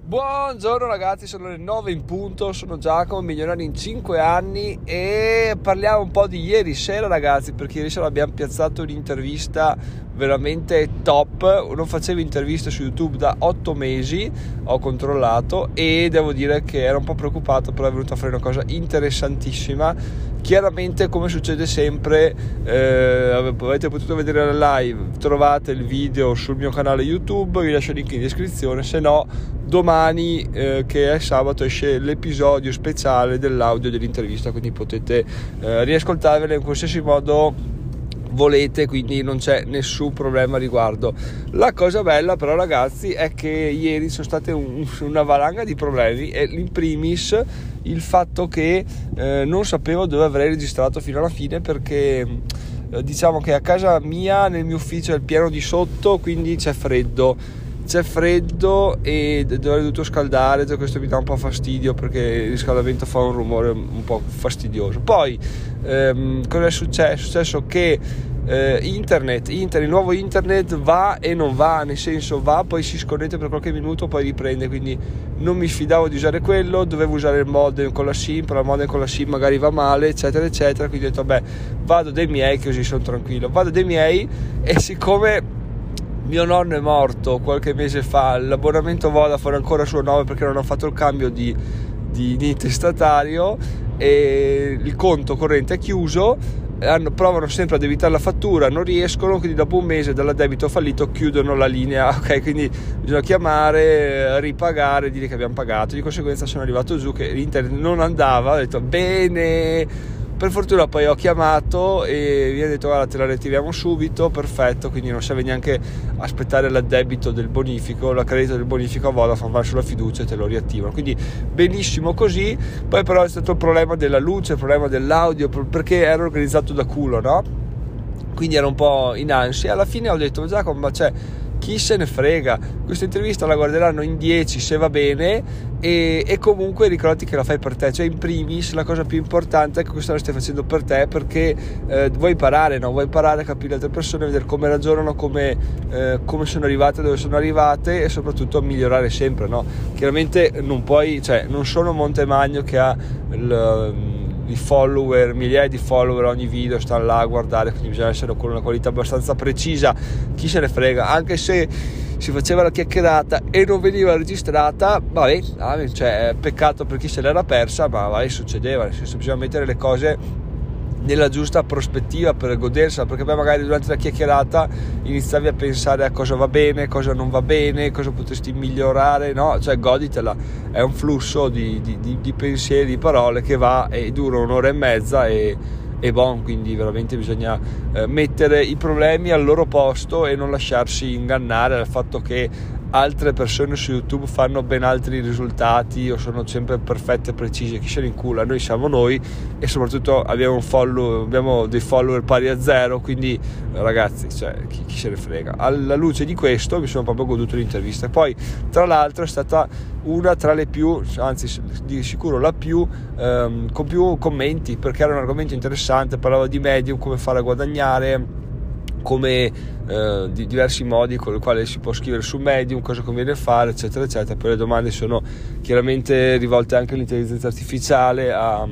Buongiorno ragazzi, sono le 9 in punto, sono Giacomo, milionario in 5 anni e parliamo un po' di ieri sera ragazzi, perché ieri sera abbiamo piazzato un'intervista veramente top. Non facevo interviste su YouTube da 8 mesi, ho controllato e devo dire che ero un po' preoccupato, però è venuta fuori una cosa interessantissima. Chiaramente, come succede sempre, avete potuto vedere la live, trovate il video sul mio canale YouTube, vi lascio il link in descrizione, se no domani che è sabato esce l'episodio speciale dell'audio dell'intervista, quindi potete riascoltarvela in qualsiasi modo volete, quindi non c'è nessun problema a riguardo. La cosa bella però ragazzi è che ieri sono state una valanga di problemi, e in primis il fatto che non sapevo dove avrei registrato fino alla fine, perché diciamo che a casa mia nel mio ufficio è il piano di sotto, quindi c'è freddo e dovrei dovuto scaldare. Già questo mi dà un po' fastidio, perché il riscaldamento fa un rumore un po' fastidioso. Poi cosa è successo? È successo che il nuovo internet va e non va, nel senso va, poi si sconnette per qualche minuto, poi riprende, quindi non mi fidavo di usare quello, dovevo usare il modem con la SIM, però il modem con la SIM magari va male, eccetera eccetera, quindi ho detto vabbè, vado dai miei così sono tranquillo, vado dai miei. E siccome mio nonno è morto qualche mese fa, l'abbonamento Vodafone ancora suo nome, perché non ho fatto il cambio di intestatario e il conto corrente è chiuso. Provano sempre a debitare la fattura, non riescono, quindi dopo un mese dall'addebito fallito chiudono la linea, ok? Quindi bisogna chiamare, ripagare, dire che abbiamo pagato. Di conseguenza sono arrivato giù che l'internet non andava, ho detto bene. Per fortuna poi ho chiamato e mi ha detto guarda, te la riattiviamo subito, perfetto, quindi non serve neanche aspettare l'addebito del bonifico, la credito del bonifico a Vodafone, va sulla fiducia e te lo riattivano, quindi benissimo così. Poi però è stato il problema della luce, il problema dell'audio, perché ero organizzato da culo, no? Quindi ero un po' in ansia. Alla fine ho detto Giacomo, ma c'è chi se ne frega, questa intervista la guarderanno in 10 se va bene, e comunque ricordati che la fai per te, cioè in primis la cosa più importante è che questa la stai facendo per te, perché vuoi imparare, no? Vuoi imparare a capire le altre persone, vedere come ragionano, come sono arrivate, dove sono arrivate, e soprattutto migliorare sempre, no? Chiaramente non puoi, cioè non sono Montemagno che ha i follower, migliaia di follower ogni video, stanno là a guardare, quindi bisogna essere con una qualità abbastanza precisa. Chi se ne frega, anche se si faceva la chiacchierata e non veniva registrata, vabbè, cioè peccato per chi se l'era persa, ma vabbè, succedeva, nel senso bisogna mettere le cose nella giusta prospettiva per godersela, perché poi magari durante la chiacchierata iniziavi a pensare a cosa va bene, cosa non va bene, cosa potresti migliorare, no? Cioè goditela, è un flusso di pensieri, di parole che va e dura un'ora e mezza e bon, quindi veramente bisogna mettere i problemi al loro posto e non lasciarsi ingannare dal fatto che altre persone su YouTube fanno ben altri risultati o sono sempre perfette e precise. Chi se ne incula, noi siamo noi, e soprattutto abbiamo dei follower pari a zero, quindi ragazzi, cioè chi se ne frega. Alla luce di questo mi sono proprio goduto l'intervista. Poi tra l'altro è stata una tra le più, anzi di sicuro la più, con più commenti, perché era un argomento interessante, parlava di Medium, come fare a guadagnare, come di diversi modi con i quali si può scrivere su Medium, cosa conviene fare, eccetera eccetera. Poi le domande sono chiaramente rivolte anche all'intelligenza artificiale, a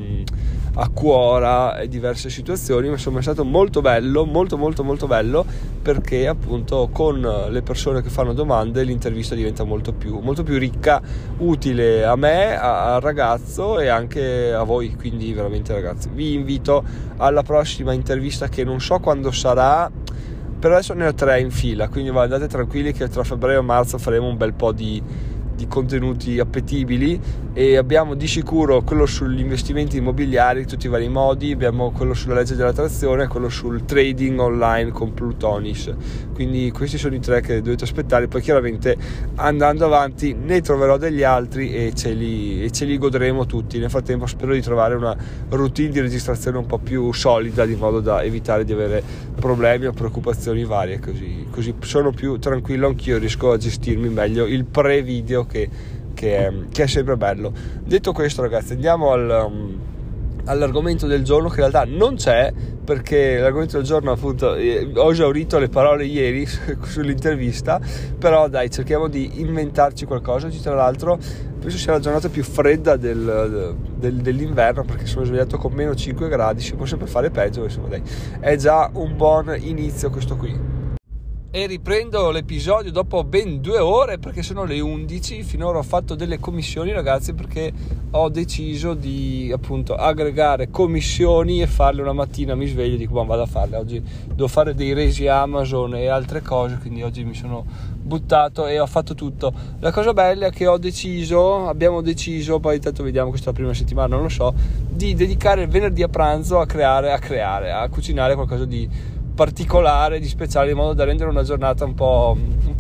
Quora e diverse situazioni, ma insomma è stato molto bello, molto molto molto bello, perché appunto con le persone che fanno domande l'intervista diventa molto più ricca, utile a me, al ragazzo e anche a voi. Quindi veramente ragazzi, vi invito alla prossima intervista, che non so quando sarà, per adesso ne ho 3 in fila, quindi andate tranquilli che tra febbraio e marzo faremo un bel po' di contenuti appetibili, e abbiamo di sicuro quello sugli investimenti immobiliari, tutti i vari modi, abbiamo quello sulla legge dell'attrazione e quello sul trading online con Plutonis. Quindi questi sono i 3 che dovete aspettare. Poi chiaramente andando avanti ne troverò degli altri e ce li godremo tutti. Nel frattempo spero di trovare una routine di registrazione un po' più solida, di modo da evitare di avere problemi o preoccupazioni varie, così sono più tranquillo anch'io, riesco a gestirmi meglio il pre-video che è sempre bello. Detto questo ragazzi, andiamo all'argomento del giorno, che in realtà non c'è, perché l'argomento del giorno, appunto, ho esaurito le parole ieri sull'intervista, però dai, cerchiamo di inventarci qualcosa. Oggi, tra l'altro, penso sia la giornata più fredda dell'inverno, perché sono svegliato con meno 5 gradi, si può sempre fare peggio, insomma dai, è già un buon inizio questo qui. E riprendo l'episodio dopo ben 2 ore, perché sono le 11. Finora ho fatto delle commissioni, ragazzi, perché ho deciso di, appunto, aggregare commissioni e farle una mattina. Mi sveglio e dico, vado a farle. Oggi devo fare dei resi Amazon e altre cose, quindi oggi mi sono buttato e ho fatto tutto. La cosa bella è che abbiamo deciso, poi intanto vediamo, questa prima settimana non lo so, di dedicare il venerdì a pranzo a a cucinare qualcosa di particolare, di speciale, in modo da rendere una giornata un po'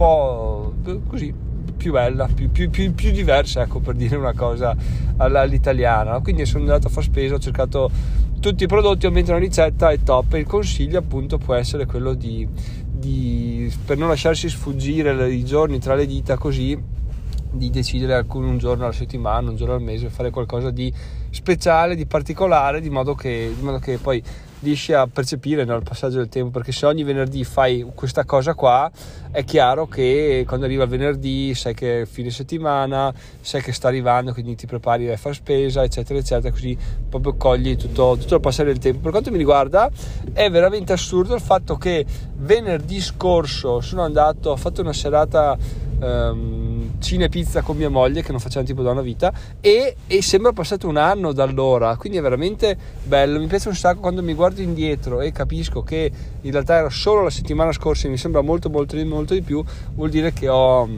così più bella, più diversa, ecco, per dire una cosa all'italiana. Quindi sono andato a far spesa, ho cercato tutti i prodotti, ovviamente una ricetta è top, e il consiglio appunto può essere quello di per non lasciarsi sfuggire i giorni tra le dita, così di decidere un giorno alla settimana, un giorno al mese, fare qualcosa di speciale, di particolare, di modo che poi riesci a percepire, no, il passaggio del tempo, perché se ogni venerdì fai questa cosa qua, è chiaro che quando arriva il venerdì sai che è fine settimana, sai che sta arrivando, quindi ti prepari a fare spesa, eccetera eccetera, così proprio cogli tutto il passare del tempo. Per quanto mi riguarda è veramente assurdo il fatto che venerdì scorso ho fatto una serata cine pizza con mia moglie, che non facciamo tipo da una vita, e sembra passato un anno da allora, quindi è veramente bello. Mi piace un sacco quando mi guardo indietro e capisco che in realtà era solo la settimana scorsa e mi sembra molto di più. Vuol dire che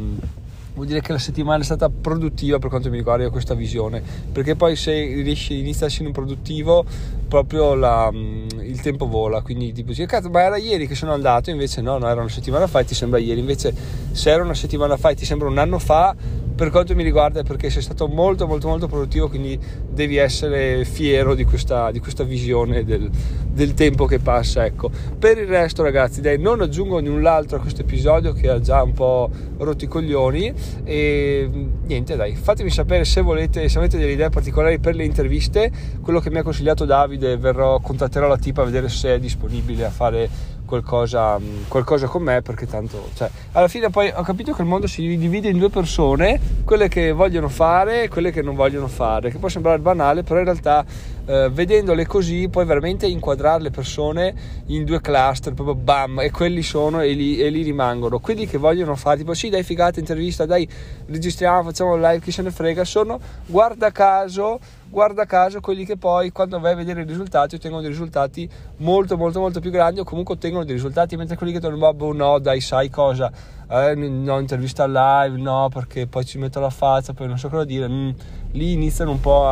la settimana è stata produttiva per quanto mi riguarda. Io ho questa visione, perché poi se inizia a essere produttivo, proprio il tempo vola, quindi tipo dici, cazzo, ma era ieri che sono andato, invece no, era una settimana fa e ti sembra ieri, invece se era una settimana fa e ti sembra un anno fa, per quanto mi riguarda è perché sei stato molto produttivo, quindi devi essere fiero di questa visione del tempo che passa, ecco. Per il resto, ragazzi, dai, non aggiungo null'altro a questo episodio, che ha già un po' rotto i coglioni, e niente, dai, fatemi sapere se avete delle idee particolari per le interviste, quello che mi ha consigliato Davide. Contatterò la tipa a vedere se è disponibile a fare qualcosa con me, perché tanto, cioè, alla fine poi ho capito che il mondo si divide in 2 persone, quelle che vogliono fare e quelle che non vogliono fare, che può sembrare banale, però in realtà vedendole così puoi veramente inquadrare le persone in 2 cluster, proprio bam, e quelli sono e lì rimangono. Quelli che vogliono fare tipo sì, dai, figata, intervista, dai, registriamo, facciamo un live, chi se ne frega, sono guarda caso quelli che poi, quando vai a vedere i risultati, ottengono dei risultati molto più grandi, o comunque ottengono dei risultati, mentre quelli che dicono no dai, sai cosa, no, intervista live no, perché poi ci metto la faccia, poi non so cosa dire, lì iniziano un po'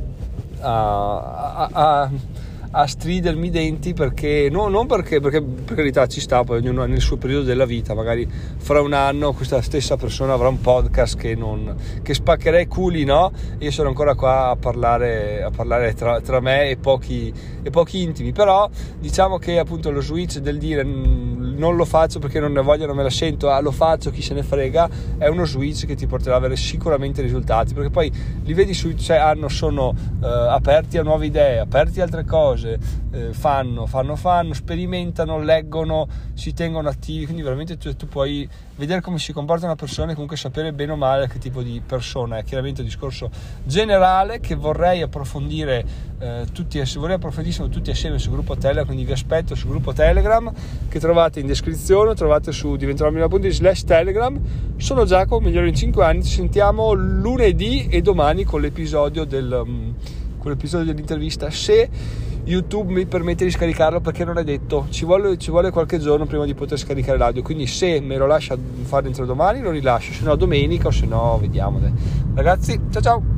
a stridermi i denti, perché non perché per carità ci sta, poi ognuno nel suo periodo della vita, magari fra un anno questa stessa persona avrà un podcast che spaccherà i culi, no? Io sono ancora qua a parlare tra me e pochi intimi, però diciamo che appunto lo switch del dire non lo faccio perché non ne voglio, non me la sento, lo faccio, chi se ne frega, è uno switch che ti porterà ad avere sicuramente risultati, perché poi li vedi sono aperti a nuove idee, aperti a altre cose, fanno, sperimentano, leggono, si tengono attivi, quindi veramente tu puoi vedere come si comporta una persona e comunque sapere bene o male che tipo di persona è. Chiaramente un discorso generale che vorrei approfondire tutti assieme sul gruppo Telegram, quindi vi aspetto sul gruppo Telegram che trovate in descrizione, trovate su diventeromilano.it/Telegram. Sono Giacomo, migliore in 5 anni, ci sentiamo lunedì e domani con l'episodio dell'intervista, se YouTube mi permette di scaricarlo, perché non è detto, ci vuole qualche giorno prima di poter scaricare l'audio, quindi se me lo lascia fare dentro domani lo rilascio, se no domenica, o se no vediamo. Ragazzi, ciao.